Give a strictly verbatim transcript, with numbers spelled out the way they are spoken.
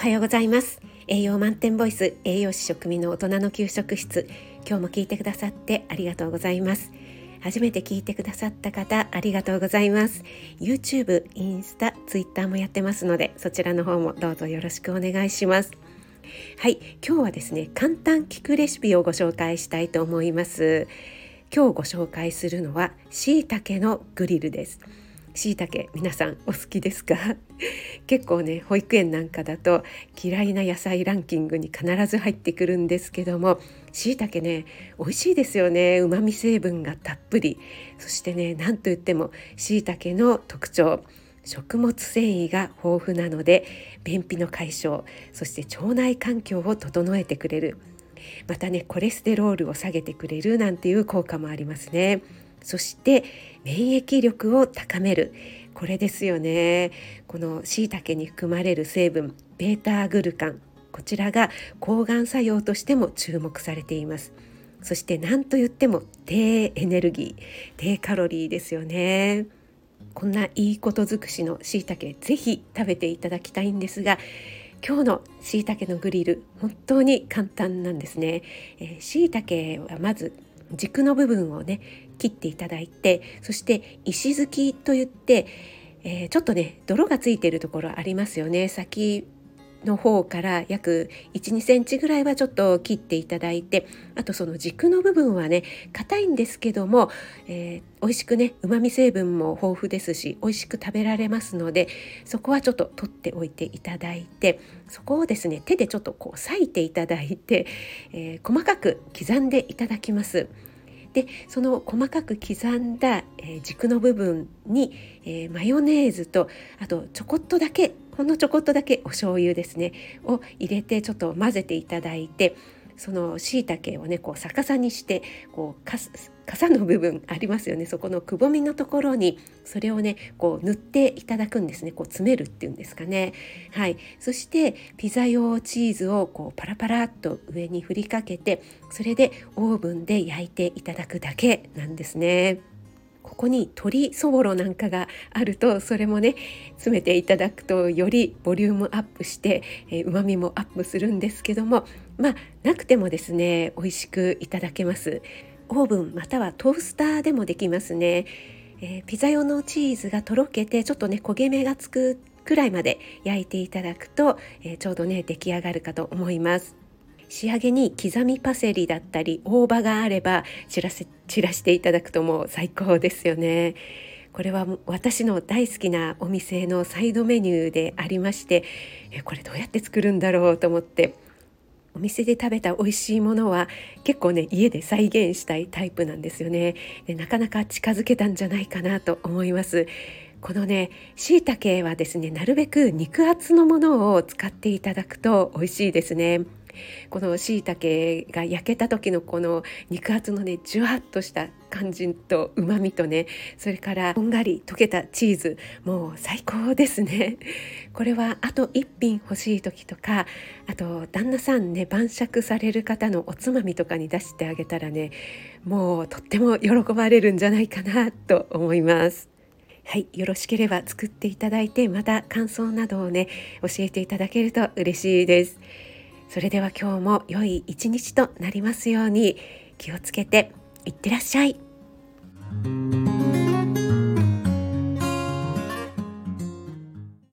はようございます。栄養満点ボイス、栄養士食味の大人の給食室。今日も聞いてくださってありがとうございます。初めて聞いてくださった方、ありがとうございます。 YouTube、インスタ、ツイッターもやってますので、そちらの方もどうぞよろしくお願いします。はい、今日はですね、簡単聞くレシピをご紹介したいと思います。今日ご紹介するのは椎茸のグリルです。椎茸、皆さんお好きですか？結構ね、保育園なんかだと嫌いな野菜ランキングに必ず入ってくるんですけども、椎茸ね、美味しいですよね。うまみ成分がたっぷり。そしてね、なんといっても椎茸の特徴、食物繊維が豊富なので便秘の解消、そして腸内環境を整えてくれる。またね、コレステロールを下げてくれるなんていう効果もありますね。そして免疫力を高める、これですよね。この椎茸に含まれる成分ベータグルカン、こちらが抗がん作用としても注目されています。そして何と言っても低エネルギー、低カロリーですよね。こんないいこと尽くしの椎茸、ぜひ食べていただきたいんですが、今日の椎茸のグリル、本当に簡単なんですね。えー、椎茸はまず軸の部分をね切っていただいて、そして石突きといって、えー、ちょっとね泥がついているところありますよね。先の方から約 いち、にセンチぐらいはちょっと切っていただいて、あとその軸の部分はね硬いんですけども、えー、美味しくね、うまみ成分も豊富ですし美味しく食べられますので、そこはちょっと取っておいていただいて、そこをですね手でちょっとこう裂いていただいて、えー、細かく刻んでいただきます。でその細かく刻んだ、えー、軸の部分に、えー、マヨネーズと、あとちょこっとだけ、ほんのちょこっとだけお醤油ですねを入れてちょっと混ぜていただいて、その椎茸をねこう逆さにして、こうかす傘の部分ありますよね、そこのくぼみのところにそれをねこう塗っていただくんですね。こう詰めるっていうんですかね。はい。そしてピザ用チーズをこうパラパラっと上に振りかけて、それでオーブンで焼いていただくだけなんですね。ここに鶏そぼろなんかがあると、それもね詰めていただくとよりボリュームアップして、えー、旨味もアップするんですけども、まあなくてもですね美味しくいただけます。オーブンまたはトースターでもできますね。えー、ピザ用のチーズがとろけてちょっとね焦げ目がつくくらいまで焼いていただくと、えー、ちょうどね出来上がるかと思います。仕上げに刻みパセリだったり大葉があれば散らせ散らしていただくともう最高ですよね。これは私の大好きなお店のサイドメニューでありまして、えこれどうやって作るんだろうと思って、お店で食べた美味しいものは結構ね家で再現したいタイプなんですよね。でなかなか近づけたんじゃないかなと思います。このね椎茸はですね、なるべく肉厚のものを使っていただくと美味しいですね。この椎茸が焼けた時のこの肉厚のねジュワッとした感じとうまみとね、それからこんがり溶けたチーズ、もう最高ですね。これはあと一品欲しい時とか、あと旦那さんね晩酌される方のおつまみとかに出してあげたらね、もうとっても喜ばれるんじゃないかなと思います。はい、よろしければ作っていただいて、また感想などをね教えていただけると嬉しいです。それでは今日も良い一日となりますように。気をつけていってらっしゃい。